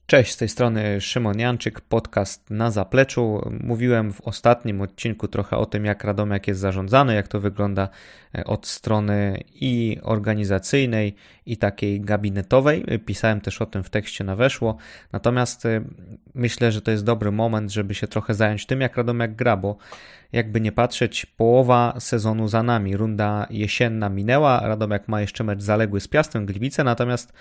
Cześć, z tej strony Szymon Janczyk, podcast Na Zapleczu. Mówiłem w ostatnim odcinku trochę o tym, jak Radomiak jest zarządzany, jak to wygląda od strony i organizacyjnej, i takiej gabinetowej. Pisałem też o tym w tekście na Weszło. Natomiast myślę, że to jest dobry moment, żeby się trochę zająć tym, jak Radomiak gra, bo jakby nie patrzeć, połowa sezonu za nami. Runda jesienna minęła, Radomiak ma jeszcze mecz zaległy z Piastem Gliwice, natomiast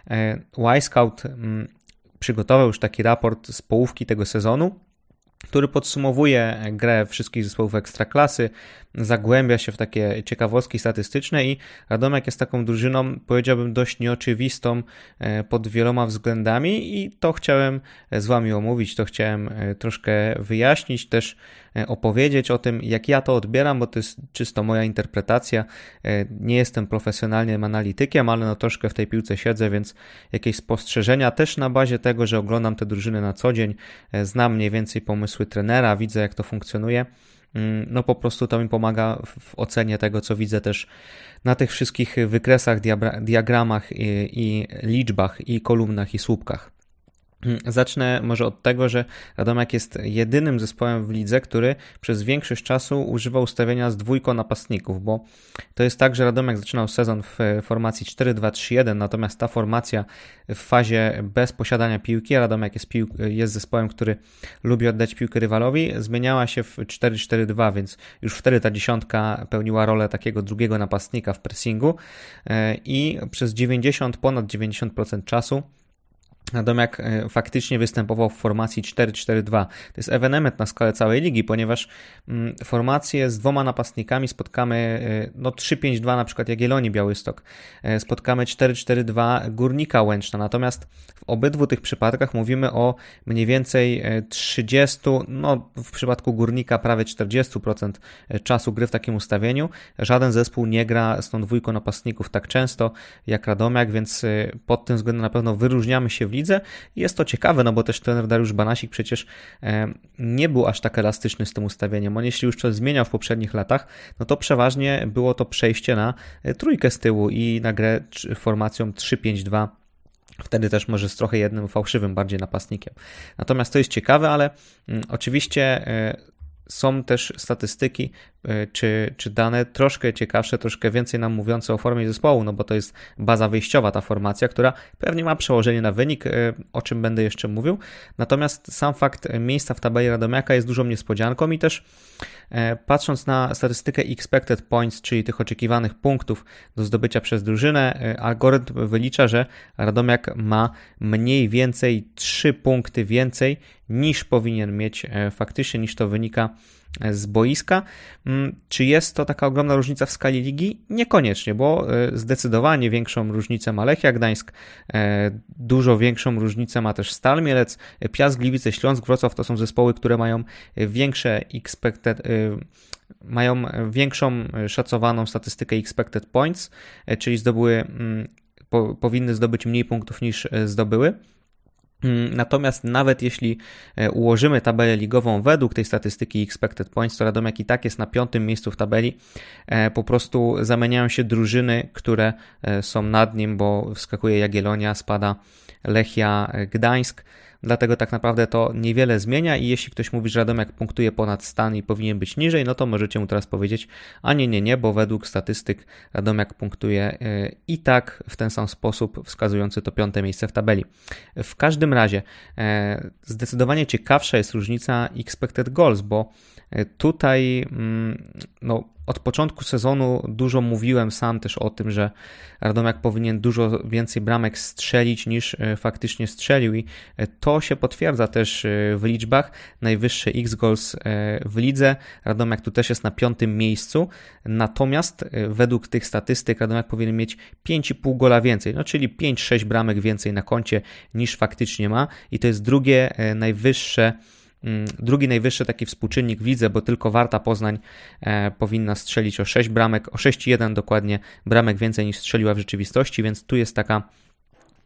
Y-Scout przygotował już taki raport z połówki tego sezonu, który podsumowuje grę wszystkich zespołów Ekstraklasy, zagłębia się w takie ciekawostki statystyczne i Radomiak jest taką drużyną, powiedziałbym, dość nieoczywistą pod wieloma względami i to chciałem z Wami omówić, to chciałem troszkę wyjaśnić, też opowiedzieć o tym, jak ja to odbieram, bo to jest czysto moja interpretacja. Nie jestem profesjonalnym analitykiem, ale troszkę w tej piłce siedzę, więc jakieś spostrzeżenia też na bazie tego, że oglądam te drużyny na co dzień, znam mniej więcej pomysły trenera, widzę jak to funkcjonuje. Po prostu to mi pomaga w ocenie tego, co widzę też na tych wszystkich wykresach, diagramach i liczbach, i kolumnach, i słupkach. Zacznę może od tego, że Radomiak jest jedynym zespołem w lidze, który przez większość czasu używał ustawienia z dwójką napastników, bo to jest tak, że Radomiak zaczynał sezon w formacji 4-2-3-1, natomiast ta formacja w fazie bez posiadania piłki, a Radomiak jest zespołem, który lubi oddać piłkę rywalowi, zmieniała się w 4-4-2, więc już wtedy ta dziesiątka pełniła rolę takiego drugiego napastnika w pressingu i przez ponad 90% czasu Radomiak faktycznie występował w formacji 4-4-2. To jest ewenement na skalę całej ligi, ponieważ formację z dwoma napastnikami spotkamy 3-5-2 na przykład Jagiellonii Białystok, spotkamy 4-4-2 Górnika Łęczna, natomiast w obydwu tych przypadkach mówimy o mniej więcej 30, w przypadku Górnika prawie 40% czasu gry w takim ustawieniu. Żaden zespół nie gra z tą dwójką napastników tak często jak Radomiak, więc pod tym względem na pewno wyróżniamy się w lidze. Jest to ciekawe, bo też trener Dariusz Banasik przecież nie był aż tak elastyczny z tym ustawieniem. On jeśli już coś zmieniał w poprzednich latach, to przeważnie było to przejście na trójkę z tyłu i na grę formacją 3-5-2. Wtedy też może z trochę jednym fałszywym bardziej napastnikiem. Natomiast to jest ciekawe, ale oczywiście są też statystyki czy dane troszkę ciekawsze, troszkę więcej nam mówiące o formie zespołu, bo to jest baza wyjściowa ta formacja, która pewnie ma przełożenie na wynik, o czym będę jeszcze mówił. Natomiast sam fakt miejsca w tabeli Radomiaka jest dużą niespodzianką i też patrząc na statystykę expected points, czyli tych oczekiwanych punktów do zdobycia przez drużynę, algorytm wylicza, że Radomiak ma mniej więcej 3 punkty więcej niż powinien mieć faktycznie, niż to wynika z boiska. Czy jest to taka ogromna różnica w skali ligi? Niekoniecznie, bo zdecydowanie większą różnicę ma Lechia Gdańsk, dużo większą różnicę ma też Stal Mielec, Piast Gliwice, Śląsk Wrocław to są zespoły, które mają mają większą szacowaną statystykę expected points, czyli powinny zdobyć mniej punktów niż zdobyły. Natomiast nawet jeśli ułożymy tabelę ligową według tej statystyki expected points, to Radomiak i tak jest na 5. miejscu w tabeli. Po prostu zamieniają się drużyny, które są nad nim, bo wskakuje Jagiellonia, spada Lechia Gdańsk. Dlatego tak naprawdę to niewiele zmienia i jeśli ktoś mówi, że Radomiak punktuje ponad stan i powinien być niżej, to możecie mu teraz powiedzieć, a nie, bo według statystyk Radomiak punktuje i tak w ten sam sposób wskazujący to 5. miejsce w tabeli. W każdym razie zdecydowanie ciekawsza jest różnica expected goals, bo tutaj od początku sezonu dużo mówiłem sam też o tym, że Radomiak powinien dużo więcej bramek strzelić niż faktycznie strzelił i to się potwierdza też w liczbach. Najwyższy X-Goals w lidze. Radomiak tu też jest na 5. miejscu, natomiast według tych statystyk Radomiak powinien mieć 5,5 gola więcej, czyli 5-6 bramek więcej na koncie niż faktycznie ma i to jest drugi najwyższy taki współczynnik w lidze, bo tylko Warta Poznań powinna strzelić o 6 bramek, o 6,1 dokładnie bramek więcej niż strzeliła w rzeczywistości, więc tu jest taka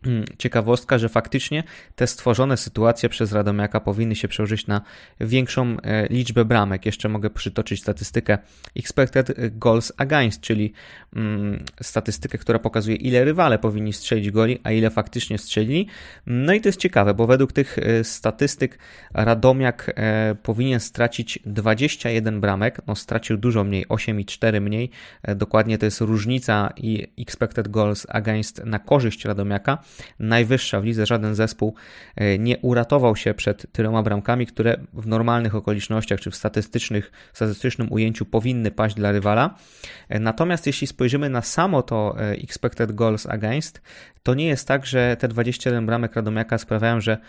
ciekawostka, że faktycznie te stworzone sytuacje przez Radomiaka powinny się przełożyć na większą liczbę bramek. Jeszcze mogę przytoczyć statystykę Expected Goals Against, czyli statystykę, która pokazuje, ile rywale powinni strzelić goli, a ile faktycznie strzelili. No i to jest ciekawe, bo według tych statystyk Radomiak powinien stracić 21 bramek, no stracił dużo mniej, 8,4 mniej, dokładnie to jest różnica i Expected Goals Against na korzyść Radomiaka, najwyższa w lidze. Żaden zespół nie uratował się przed tyloma bramkami, które w normalnych okolicznościach czy w statystycznym ujęciu powinny paść dla rywala. Natomiast jeśli spojrzymy na samo to Expected Goals Against, to nie jest tak, że te 21 bramek Radomiaka sprawiają, że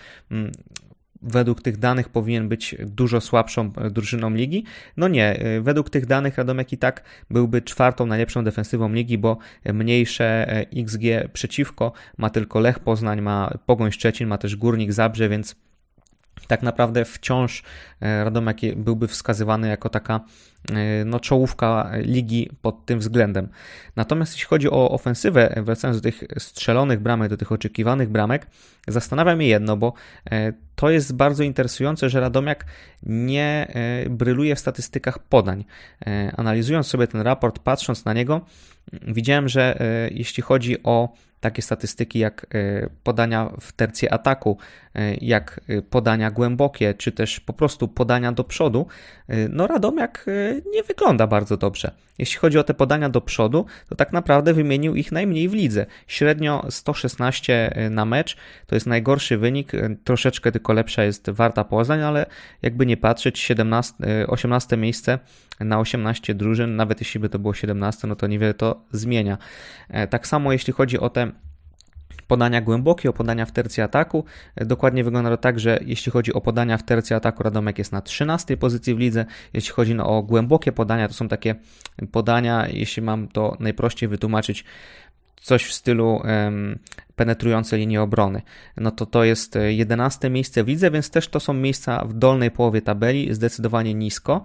według tych danych powinien być dużo słabszą drużyną ligi. No nie, według tych danych Radomiak i tak byłby czwartą najlepszą defensywą ligi, bo mniejsze XG przeciwko ma tylko Lech Poznań, ma Pogoń Szczecin, ma też Górnik Zabrze, więc tak naprawdę wciąż Radomiak byłby wskazywany jako taka czołówka ligi pod tym względem. Natomiast jeśli chodzi o ofensywę, wracając do tych strzelonych bramek, do tych oczekiwanych bramek, zastanawia mnie jedno, bo to jest bardzo interesujące, że Radomiak nie bryluje w statystykach podań. Analizując sobie ten raport, patrząc na niego, widziałem, że jeśli chodzi o takie statystyki jak podania w tercję ataku, jak podania głębokie, czy też po prostu podania do przodu, no Radomiak nie wygląda bardzo dobrze. Jeśli chodzi o te podania do przodu, to tak naprawdę wymienił ich najmniej w lidze. Średnio 116 na mecz, to jest najgorszy wynik, troszeczkę tylko lepsza jest Warta Poznań, ale jakby nie patrzeć, 18 miejsce na 18 drużyn, nawet jeśli by to było 17, no to niewiele to zmienia. Tak samo jeśli chodzi o te podania głębokie, o podania w tercji ataku. Dokładnie wygląda to tak, że jeśli chodzi o podania w tercji ataku, Radomiak jest na 13 pozycji w lidze. Jeśli chodzi o głębokie podania, to są takie podania, jeśli mam to najprościej wytłumaczyć, coś w stylu penetrujące linię obrony. No to jest 11 miejsce w lidze, więc też to są miejsca w dolnej połowie tabeli, zdecydowanie nisko.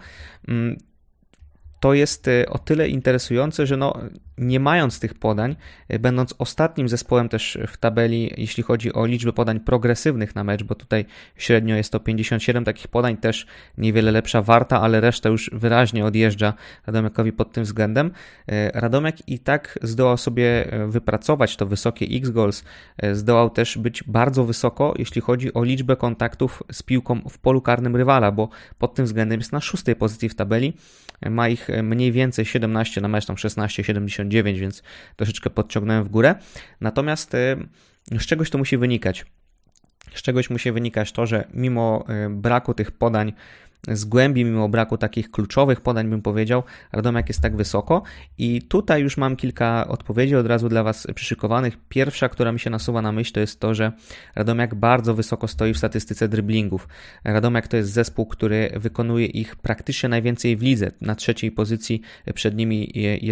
To jest o tyle interesujące, że nie mając tych podań, będąc ostatnim zespołem też w tabeli, jeśli chodzi o liczbę podań progresywnych na mecz, bo tutaj średnio jest to 57 takich podań, też niewiele lepsza Warta, ale reszta już wyraźnie odjeżdża Radomiakowi pod tym względem. Radomiak i tak zdołał sobie wypracować to wysokie X-Goals, zdołał też być bardzo wysoko, jeśli chodzi o liczbę kontaktów z piłką w polu karnym rywala, bo pod tym względem jest na 6. pozycji w tabeli, ma ich mniej więcej 17 na mecz, tam 16,79, więc troszeczkę podciągnąłem w górę. Natomiast z czegoś to musi wynikać. Z czegoś musi wynikać to, że mimo braku tych podań z głębi, mimo braku takich kluczowych podań, bym powiedział, Radomiak jest tak wysoko i tutaj już mam kilka odpowiedzi od razu dla Was przyszykowanych. Pierwsza, która mi się nasuwa na myśl, to jest to, że Radomiak bardzo wysoko stoi w statystyce driblingów. Radomiak to jest zespół, który wykonuje ich praktycznie najwięcej w lidze. Na 3. pozycji przed nami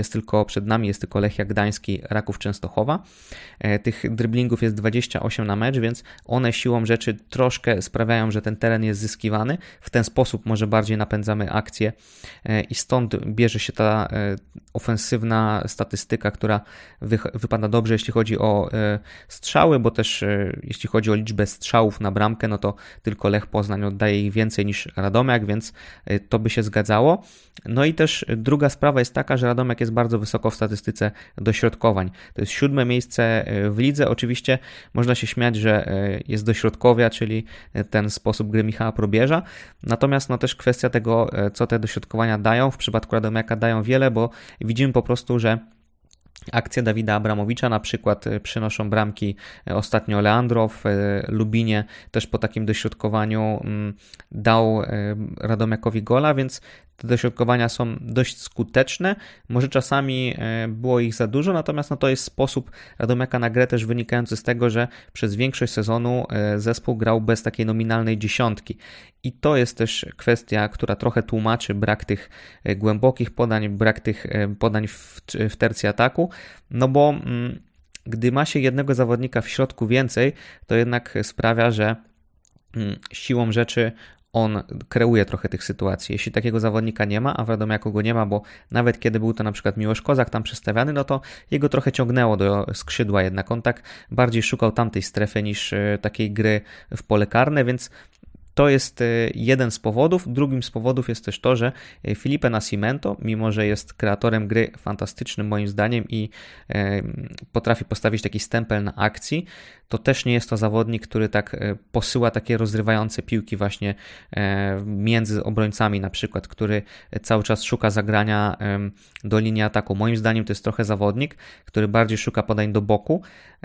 jest tylko Lechia Gdański, Raków Częstochowa. Tych driblingów jest 28 na mecz, więc one siłą rzeczy troszkę sprawiają, że ten teren jest zyskiwany. W ten sposób może bardziej napędzamy akcję i stąd bierze się ta ofensywna statystyka, która wypada dobrze, jeśli chodzi o strzały, bo też jeśli chodzi o liczbę strzałów na bramkę, no to tylko Lech Poznań oddaje ich więcej niż Radomiak, więc to by się zgadzało. No i też druga sprawa jest taka, że Radomiak jest bardzo wysoko w statystyce dośrodkowań. To jest 7. miejsce w lidze. Oczywiście można się śmiać, że jest dośrodkowia, czyli ten sposób gry Michała Probierza. Natomiast też kwestia tego, co te dośrodkowania dają. W przypadku Radomiaka dają wiele, bo widzimy po prostu, że akcje Dawida Abramowicza na przykład przynoszą bramki. Ostatnio Leandro w Lubinie też po takim dośrodkowaniu dał Radomiakowi gola, więc te dośrodkowania są dość skuteczne. Może czasami było ich za dużo, natomiast to jest sposób Radomiaka na grę też wynikający z tego, że przez większość sezonu zespół grał bez takiej nominalnej dziesiątki. I to jest też kwestia, która trochę tłumaczy brak tych głębokich podań, brak tych podań w tercji ataku, bo gdy ma się jednego zawodnika w środku więcej, to jednak sprawia, że siłą rzeczy on kreuje trochę tych sytuacji. Jeśli takiego zawodnika nie ma, a w Radomiaku go nie ma, bo nawet kiedy był to na przykład Miłosz Kozak tam przestawiany, no to jego trochę ciągnęło do skrzydła jednak. On tak bardziej szukał tamtej strefy niż takiej gry w pole karne, więc to jest jeden z powodów. Drugim z powodów jest też to, że Felipe Nascimento, mimo że jest kreatorem gry fantastycznym moim zdaniem i potrafi postawić taki stempel na akcji, to też nie jest to zawodnik, który tak posyła takie rozrywające piłki właśnie między obrońcami na przykład, który cały czas szuka zagrania do linii ataku. Moim zdaniem to jest trochę zawodnik, który bardziej szuka podań do boku,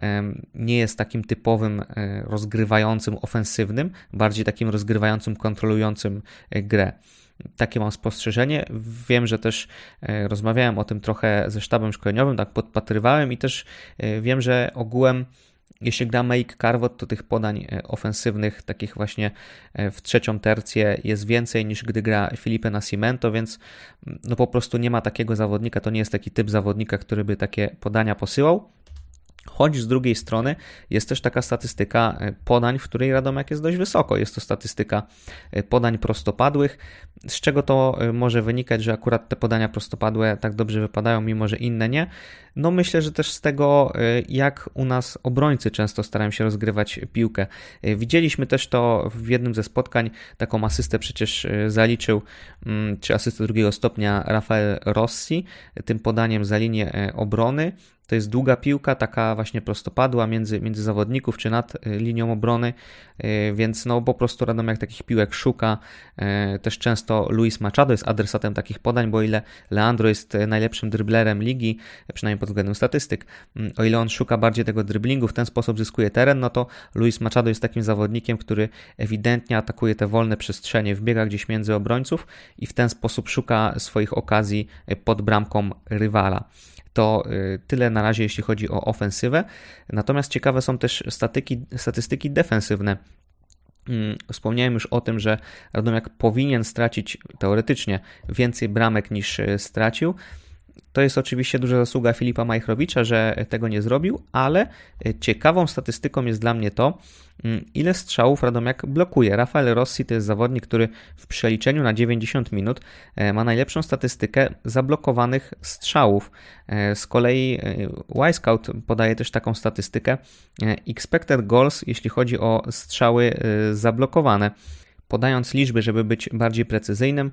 nie jest takim typowym rozgrywającym ofensywnym, bardziej takim rozgrywającym, kontrolującym grę. Takie mam spostrzeżenie. Wiem, że też rozmawiałem o tym trochę ze sztabem szkoleniowym, tak podpatrywałem i też wiem, że ogółem jeśli gra Meik Carvot, to tych podań ofensywnych, takich właśnie w trzecią tercję jest więcej niż gdy gra Felipe Nascimento, więc no po prostu nie ma takiego zawodnika, to nie jest taki typ zawodnika, który by takie podania posyłał. Choć z drugiej strony jest też taka statystyka podań, w której Radomiak jest dość wysoko. Jest to statystyka podań prostopadłych. Z czego to może wynikać, że akurat te podania prostopadłe tak dobrze wypadają, mimo że inne nie? No myślę, że też z tego, jak u nas obrońcy często starają się rozgrywać piłkę. Widzieliśmy też to w jednym ze spotkań, taką asystę przecież zaliczył, czy asystę drugiego stopnia Rafael Rossi, tym podaniem za linię obrony. To jest długa piłka, taka właśnie prostopadła między zawodników czy nad linią obrony, więc no po prostu Radomiak takich piłek szuka. Też często Luis Machado jest adresatem takich podań, bo o ile Leandro jest najlepszym dryblerem ligi, przynajmniej pod względem statystyk, o ile on szuka bardziej tego dryblingu, w ten sposób zyskuje teren, no to Luis Machado jest takim zawodnikiem, który ewidentnie atakuje te wolne przestrzenie, wbiega gdzieś między obrońców i w ten sposób szuka swoich okazji pod bramką rywala. To tyle na razie, jeśli chodzi o ofensywę. Natomiast ciekawe są też statystyki defensywne. Wspomniałem już o tym, że Radomiak powinien stracić teoretycznie więcej bramek niż stracił. To jest oczywiście duża zasługa Filipa Majchrowicza, że tego nie zrobił, ale ciekawą statystyką jest dla mnie to, ile strzałów Radomiak blokuje. Rafael Rossi to jest zawodnik, który w przeliczeniu na 90 minut ma najlepszą statystykę zablokowanych strzałów. Z kolei Wisecout podaje też taką statystykę expected goals, jeśli chodzi o strzały zablokowane. Podając liczby, żeby być bardziej precyzyjnym,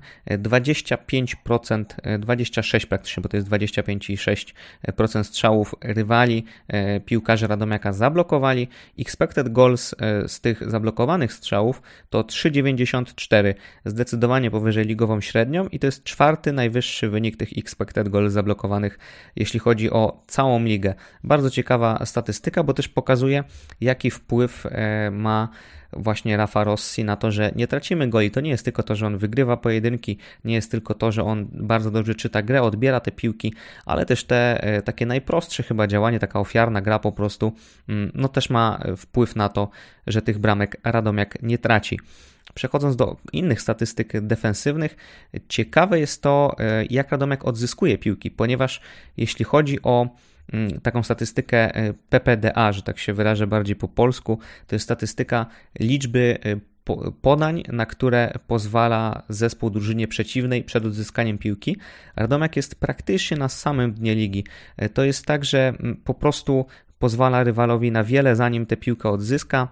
25%, 26 praktycznie, bo to jest 25,6% strzałów rywali piłkarze Radomiaka zablokowali. Expected goals z tych zablokowanych strzałów to 3,94, zdecydowanie powyżej ligową średnią i to jest czwarty najwyższy wynik tych expected goals zablokowanych, jeśli chodzi o całą ligę. Bardzo ciekawa statystyka, bo też pokazuje, jaki wpływ ma właśnie Rafa Rossi na to, że nie tracimy goli. To nie jest tylko to, że on wygrywa pojedynki, nie jest tylko to, że on bardzo dobrze czyta grę, odbiera te piłki, ale też te takie najprostsze chyba działanie, taka ofiarna gra po prostu, no też ma wpływ na to, że tych bramek Radomiak nie traci. Przechodząc do innych statystyk defensywnych, ciekawe jest to, jak Radomiak odzyskuje piłki, ponieważ jeśli chodzi o taką statystykę PPDA, że tak się wyrażę bardziej po polsku, to jest statystyka liczby podań, na które pozwala zespół drużynie przeciwnej przed odzyskaniem piłki. Radomiak jest praktycznie na samym dnie ligi. To jest tak, że po prostu pozwala rywalowi na wiele, zanim tę piłkę odzyska.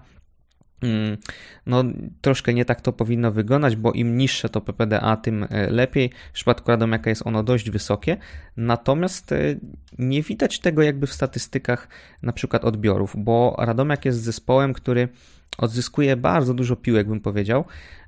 No troszkę nie tak to powinno wyglądać, bo im niższe to PPDA, tym lepiej. W przypadku Radomiaka jest ono dość wysokie, natomiast nie widać tego jakby w statystykach na przykład odbiorów, bo Radomiak jest zespołem, który odzyskuje bardzo dużo piłek, bym powiedział,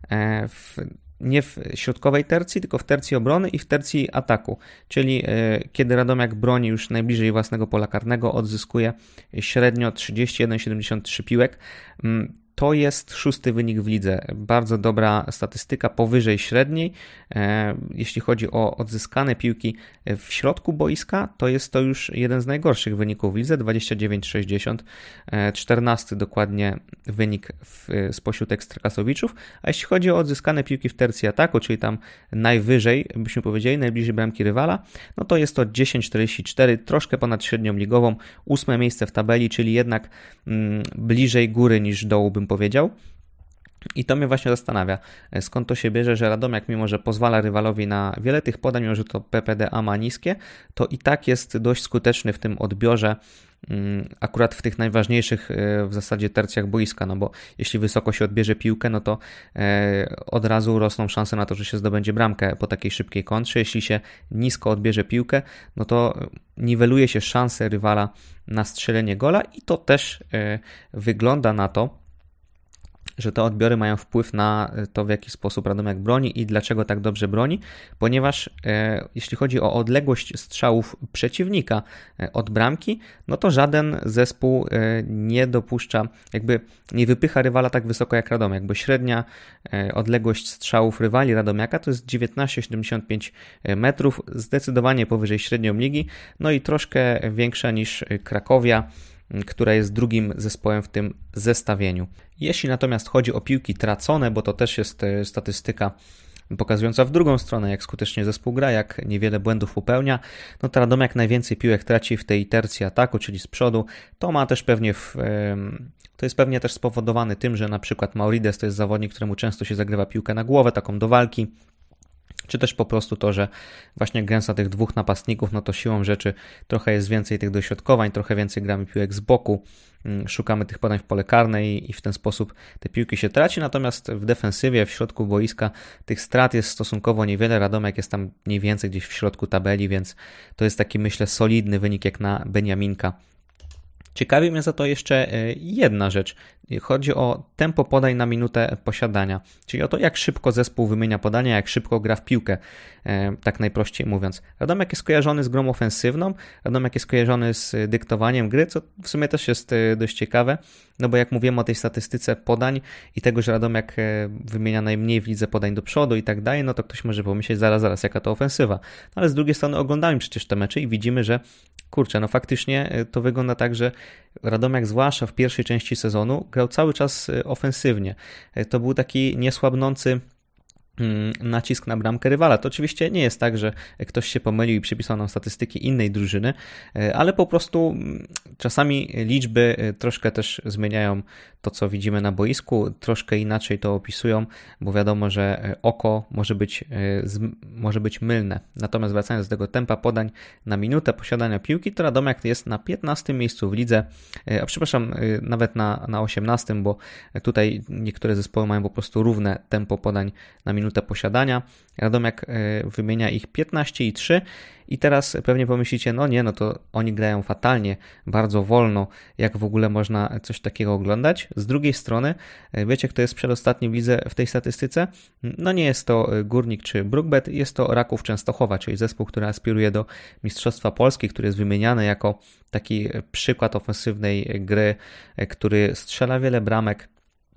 nie w środkowej tercji, tylko w tercji obrony i w tercji ataku, czyli kiedy Radomiak broni już najbliżej własnego pola karnego, odzyskuje średnio 31,73 piłek. To jest 6. wynik w lidze. Bardzo dobra statystyka, powyżej średniej. Jeśli chodzi o odzyskane piłki w środku boiska, to jest to już jeden z najgorszych wyników w lidze, 29,60. 14 dokładnie wynik spośród ekstrakasowiczów. A jeśli chodzi o odzyskane piłki w tercji ataku, czyli tam najwyżej, byśmy powiedzieli, najbliżej bramki rywala, no to jest to 10,44, troszkę ponad średnią ligową. 8. miejsce w tabeli, czyli jednak bliżej góry niż dołu, bym powiedział. I to mnie właśnie zastanawia, skąd to się bierze, że Radomiak, mimo że pozwala rywalowi na wiele tych podań, mimo że to PPDA ma niskie, to i tak jest dość skuteczny w tym odbiorze, akurat w tych najważniejszych w zasadzie tercjach boiska, no bo jeśli wysoko się odbierze piłkę, no to od razu rosną szanse na to, że się zdobędzie bramkę po takiej szybkiej kontrze. Jeśli się nisko odbierze piłkę, no to niweluje się szanse rywala na strzelenie gola i to też wygląda na to, że te odbiory mają wpływ na to, w jaki sposób Radomiak broni i dlaczego tak dobrze broni, ponieważ jeśli chodzi o odległość strzałów przeciwnika od bramki, no to żaden zespół nie dopuszcza, jakby nie wypycha rywala tak wysoko jak Radomiak, bo średnia odległość strzałów rywali Radomiaka to jest 19,75 metrów, zdecydowanie powyżej średnią ligi, no i troszkę większa niż Krakowia, która jest drugim zespołem w tym zestawieniu. Jeśli natomiast chodzi o piłki tracone, bo to też jest statystyka pokazująca w drugą stronę, jak skutecznie zespół gra, jak niewiele błędów popełnia, no to Radomiak najwięcej piłek traci w tej tercji ataku, czyli z przodu. To ma też pewnie to jest pewnie też spowodowane tym, że na przykład Maurides to jest zawodnik, któremu często się zagrywa piłkę na głowę, taką do walki, czy też po prostu to, że właśnie grając na tych dwóch napastników, no to siłą rzeczy trochę jest więcej tych dośrodkowań, trochę więcej gramy piłek z boku, szukamy tych podań w pole karne i w ten sposób te piłki się traci, natomiast w defensywie, w środku boiska tych strat jest stosunkowo niewiele, Radomiak jest tam mniej więcej gdzieś w środku tabeli, więc to jest taki, myślę, solidny wynik jak na Beniaminka. Ciekawi mnie za to jeszcze jedna rzecz. Chodzi o tempo podań na minutę posiadania, czyli o to, jak szybko zespół wymienia podania, jak szybko gra w piłkę, tak najprościej mówiąc. Radomiak jest kojarzony z grą ofensywną, Radomiak jest kojarzony z dyktowaniem gry, co w sumie też jest dość ciekawe, no bo jak mówiłem o tej statystyce podań i tego, że Radomiak wymienia najmniej w lidze podań do przodu i tak dalej, no to ktoś może pomyśleć, zaraz, jaka to ofensywa. No ale z drugiej strony oglądamy przecież te mecze i widzimy, że kurczę, no faktycznie to wygląda tak, że Radomiak zwłaszcza w pierwszej części sezonu grał cały czas ofensywnie. To był taki niesłabnący nacisk na bramkę rywala. To oczywiście nie jest tak, że ktoś się pomylił i przypisał nam statystyki innej drużyny, ale po prostu czasami liczby troszkę też zmieniają to, co widzimy na boisku, troszkę inaczej to opisują, bo wiadomo, że oko może być mylne. Natomiast wracając do tego tempa podań na minutę posiadania piłki, to Radomiak jest na 15 miejscu w lidze, a przepraszam, nawet na 18, bo tutaj niektóre zespoły mają po prostu równe tempo podań na minutę posiadania. Radomiak wymienia ich 15,3 i teraz pewnie pomyślicie, no to oni grają fatalnie, bardzo wolno, jak w ogóle można coś takiego oglądać. Z drugiej strony, wiecie, kto jest przedostatni w lidze w tej statystyce? No nie jest to Górnik czy Brookbet, jest to Raków Częstochowa, czyli zespół, który aspiruje do Mistrzostwa Polski, który jest wymieniany jako taki przykład ofensywnej gry, który strzela wiele bramek,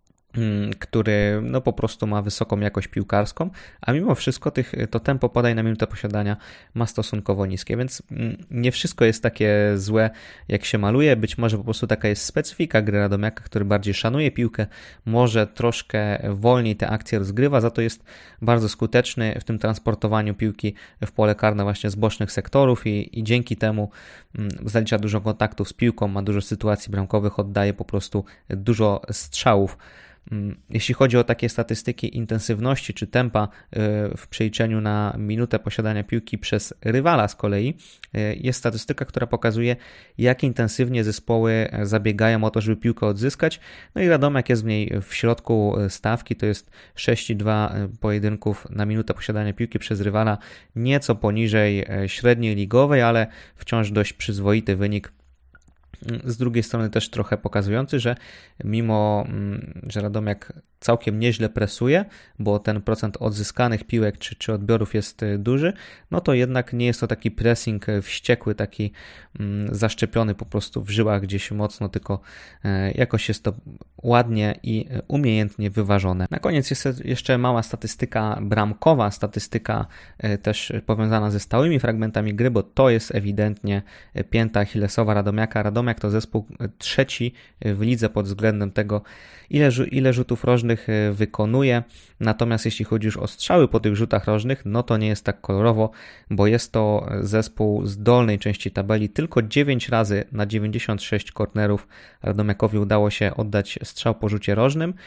który no po prostu ma wysoką jakość piłkarską, a mimo wszystko to tempo podań na minutę posiadania ma stosunkowo niskie, więc nie wszystko jest takie złe, jak się maluje. Być może po prostu taka jest specyfika gry Radomiaka, który bardziej szanuje piłkę, może troszkę wolniej te akcje rozgrywa, za to jest bardzo skuteczny w tym transportowaniu piłki w pole karne właśnie z bocznych sektorów i dzięki temu zalicza dużo kontaktów z piłką, ma dużo sytuacji bramkowych, oddaje po prostu dużo strzałów. Jeśli chodzi o takie statystyki intensywności czy tempa w przeliczeniu na minutę posiadania piłki przez rywala z kolei, jest statystyka, która pokazuje, jak intensywnie zespoły zabiegają o to, żeby piłkę odzyskać. No i Radomiak jest w niej w środku stawki, to jest 6,2 pojedynków na minutę posiadania piłki przez rywala, nieco poniżej średniej ligowej, ale wciąż dość przyzwoity wynik. Z drugiej strony też trochę pokazujący, że mimo, że Radomiak całkiem nieźle presuje, bo ten procent odzyskanych piłek czy odbiorów jest duży, no to jednak nie jest to taki pressing wściekły, taki zaszczepiony po prostu w żyłach gdzieś mocno, tylko jakoś jest to ładnie i umiejętnie wyważone. Na koniec jest jeszcze mała statystyka bramkowa, statystyka też powiązana ze stałymi fragmentami gry, bo to jest ewidentnie pięta achillesowa Radomiaka. Radomiak to zespół trzeci w lidze pod względem tego, ile rzutów rożnych wykonuje. Natomiast jeśli chodzi już o strzały po tych rzutach rożnych, no to nie jest tak kolorowo, bo jest to zespół z dolnej części tabeli. Tylko 9 razy na 96 kornerów Radomiakowi udało się oddać strzał po rzucie rożnym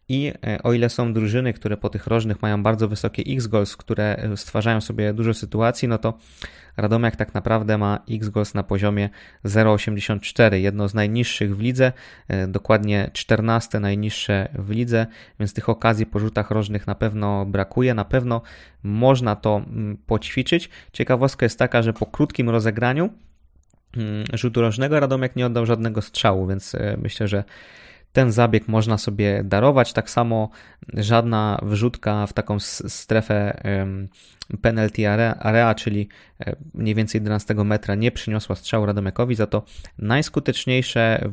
I o ile są drużyny, które po tych rożnych mają bardzo wysokie X-goals, które stwarzają sobie dużo sytuacji, no to Radomiak tak naprawdę ma X-goals na poziomie 0,84, jedno z najniższych w lidze, dokładnie 14 najniższe w lidze, więc tych okazji po rzutach rożnych na pewno brakuje, na pewno można to poćwiczyć. Ciekawostka jest taka, że po krótkim rozegraniu rzutu rożnego Radomiak nie oddał żadnego strzału, więc myślę, że ten zabieg można sobie darować. Tak samo żadna wrzutka w taką strefę penalty area, czyli mniej więcej 11 metra, nie przyniosła strzału Radomiakowi, za to najskuteczniejsze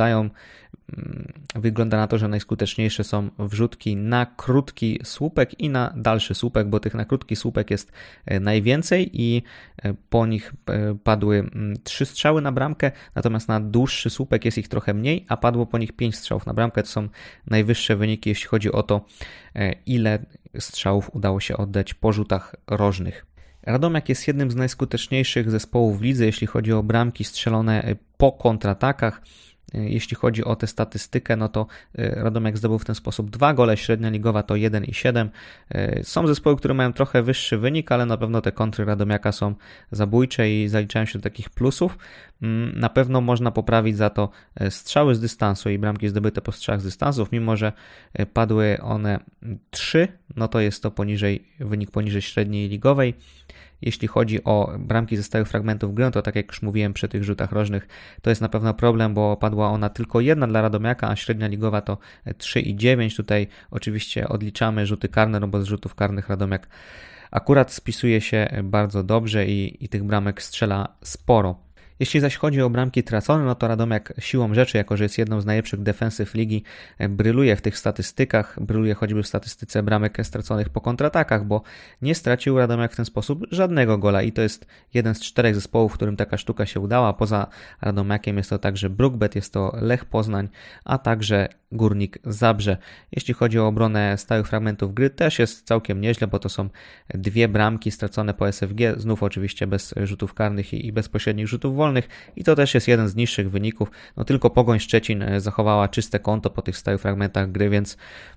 wygląda na to, że najskuteczniejsze są wrzutki na krótki słupek i na dalszy słupek, bo tych na krótki słupek jest najwięcej i po nich padły 3 strzały na bramkę, natomiast na dłuższy słupek jest ich trochę mniej, a padło po nich 5 strzałów na bramkę. To są najwyższe wyniki, jeśli chodzi o to, ile strzałów udało się oddać po rzutach rożnych. Radomiak jest jednym z najskuteczniejszych zespołów w lidze, jeśli chodzi o bramki strzelone po kontratakach. Jeśli chodzi o tę statystykę, no to Radomiak zdobył w ten sposób 2 gole, średnia ligowa to 1,7. Są zespoły, które mają trochę wyższy wynik, ale na pewno te kontry Radomiaka są zabójcze i zaliczają się do takich plusów. Na pewno można poprawić za to strzały z dystansu i bramki zdobyte po strzałach z dystansów, mimo że padły one 3, no to jest to wynik poniżej średniej ligowej. Jeśli chodzi o bramki ze stałych fragmentów gry, to tak jak już mówiłem przy tych rzutach rożnych, to jest na pewno problem, bo padła ona tylko 1 dla Radomiaka, a średnia ligowa to 3,9. Tutaj oczywiście odliczamy rzuty karne, no bo z rzutów karnych Radomiak akurat spisuje się bardzo dobrze i tych bramek strzela sporo. Jeśli zaś chodzi o bramki tracone, no to Radomiak siłą rzeczy, jako że jest jedną z najlepszych defensyw ligi, bryluje w tych statystykach, bryluje choćby w statystyce bramek straconych po kontratakach, bo nie stracił Radomiak w ten sposób żadnego gola i to jest jeden z 4 zespołów, którym taka sztuka się udała. Poza Radomiakiem jest to także Brookbet, jest to Lech Poznań, a także Górnik Zabrze. Jeśli chodzi o obronę stałych fragmentów gry, też jest całkiem nieźle, bo to są 2 bramki stracone po SFG, znów oczywiście bez rzutów karnych i bezpośrednich rzutów wolnych i to też jest jeden z niższych wyników. No tylko Pogoń Szczecin zachowała czyste konto po tych stałych fragmentach gry, więc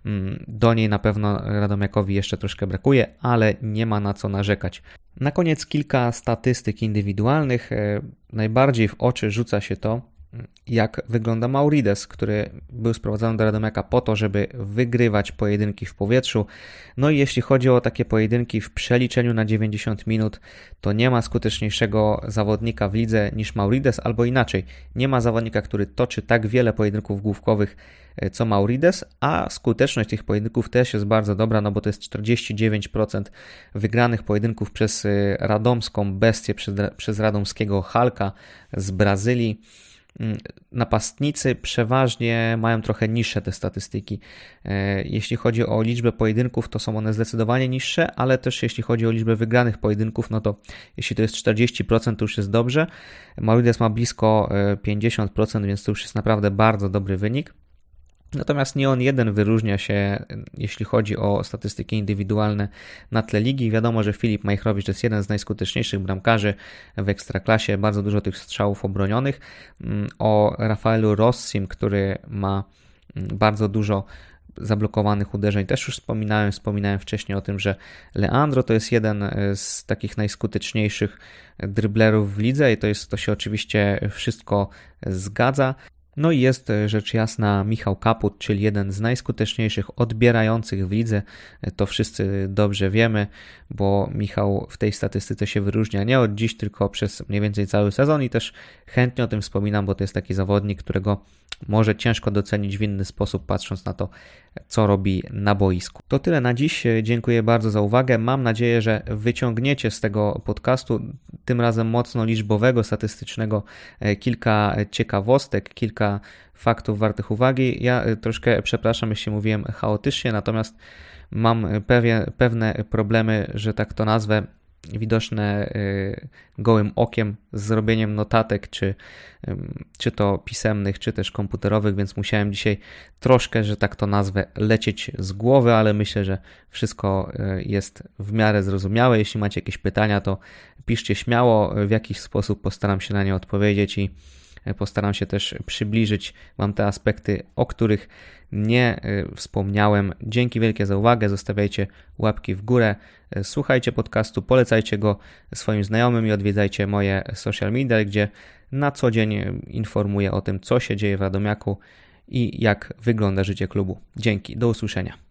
do niej na pewno Radomiakowi jeszcze troszkę brakuje, ale nie ma na co narzekać. Na koniec kilka statystyk indywidualnych. Najbardziej w oczy rzuca się to, jak wygląda Maurides, który był sprowadzony do Radomiaka po to, żeby wygrywać pojedynki w powietrzu. No i jeśli chodzi o takie pojedynki w przeliczeniu na 90 minut, to nie ma skuteczniejszego zawodnika w lidze niż Maurides, albo inaczej, nie ma zawodnika, który toczy tak wiele pojedynków główkowych co Maurides, a skuteczność tych pojedynków też jest bardzo dobra, no bo to jest 49% wygranych pojedynków przez radomską bestię, przez radomskiego Halka z Brazylii. Napastnicy przeważnie mają trochę niższe te statystyki. Jeśli chodzi o liczbę pojedynków, to są one zdecydowanie niższe, ale też jeśli chodzi o liczbę wygranych pojedynków, no to jeśli to jest 40%, to już jest dobrze. Maurides ma blisko 50%, więc to już jest naprawdę bardzo dobry wynik. Natomiast nie on jeden wyróżnia się, jeśli chodzi o statystyki indywidualne na tle ligi. Wiadomo, że Filip Majchrowicz to jest jeden z najskuteczniejszych bramkarzy w Ekstraklasie, bardzo dużo tych strzałów obronionych. O Rafaelu Rossim, który ma bardzo dużo zablokowanych uderzeń, też już wspominałem wcześniej o tym, że Leandro to jest jeden z takich najskuteczniejszych dryblerów w lidze i to się oczywiście wszystko zgadza. No i jest rzecz jasna Michał Kaput, czyli jeden z najskuteczniejszych odbierających w lidze. To wszyscy dobrze wiemy, bo Michał w tej statystyce się wyróżnia nie od dziś, tylko przez mniej więcej cały sezon i też chętnie o tym wspominam, bo to jest taki zawodnik, którego może ciężko docenić w inny sposób, patrząc na to, co robi na boisku. To tyle na dziś. Dziękuję bardzo za uwagę. Mam nadzieję, że wyciągniecie z tego podcastu, tym razem mocno liczbowego, statystycznego, kilka ciekawostek, kilka faktów wartych uwagi. Ja troszkę przepraszam, jeśli mówiłem chaotycznie, natomiast mam pewne problemy, że tak to nazwę, widoczne gołym okiem z zrobieniem notatek, czy to pisemnych, czy też komputerowych, więc musiałem dzisiaj troszkę, że tak to nazwę, lecieć z głowy, ale myślę, że wszystko jest w miarę zrozumiałe. Jeśli macie jakieś pytania, to piszcie śmiało, w jakiś sposób postaram się na nie odpowiedzieć i Postaram się też przybliżyć Wam te aspekty, o których nie wspomniałem. Dzięki wielkie za uwagę, zostawiajcie łapki w górę, słuchajcie podcastu, polecajcie go swoim znajomym i odwiedzajcie moje social media, gdzie na co dzień informuję o tym, co się dzieje w Radomiaku i jak wygląda życie klubu. Dzięki, do usłyszenia.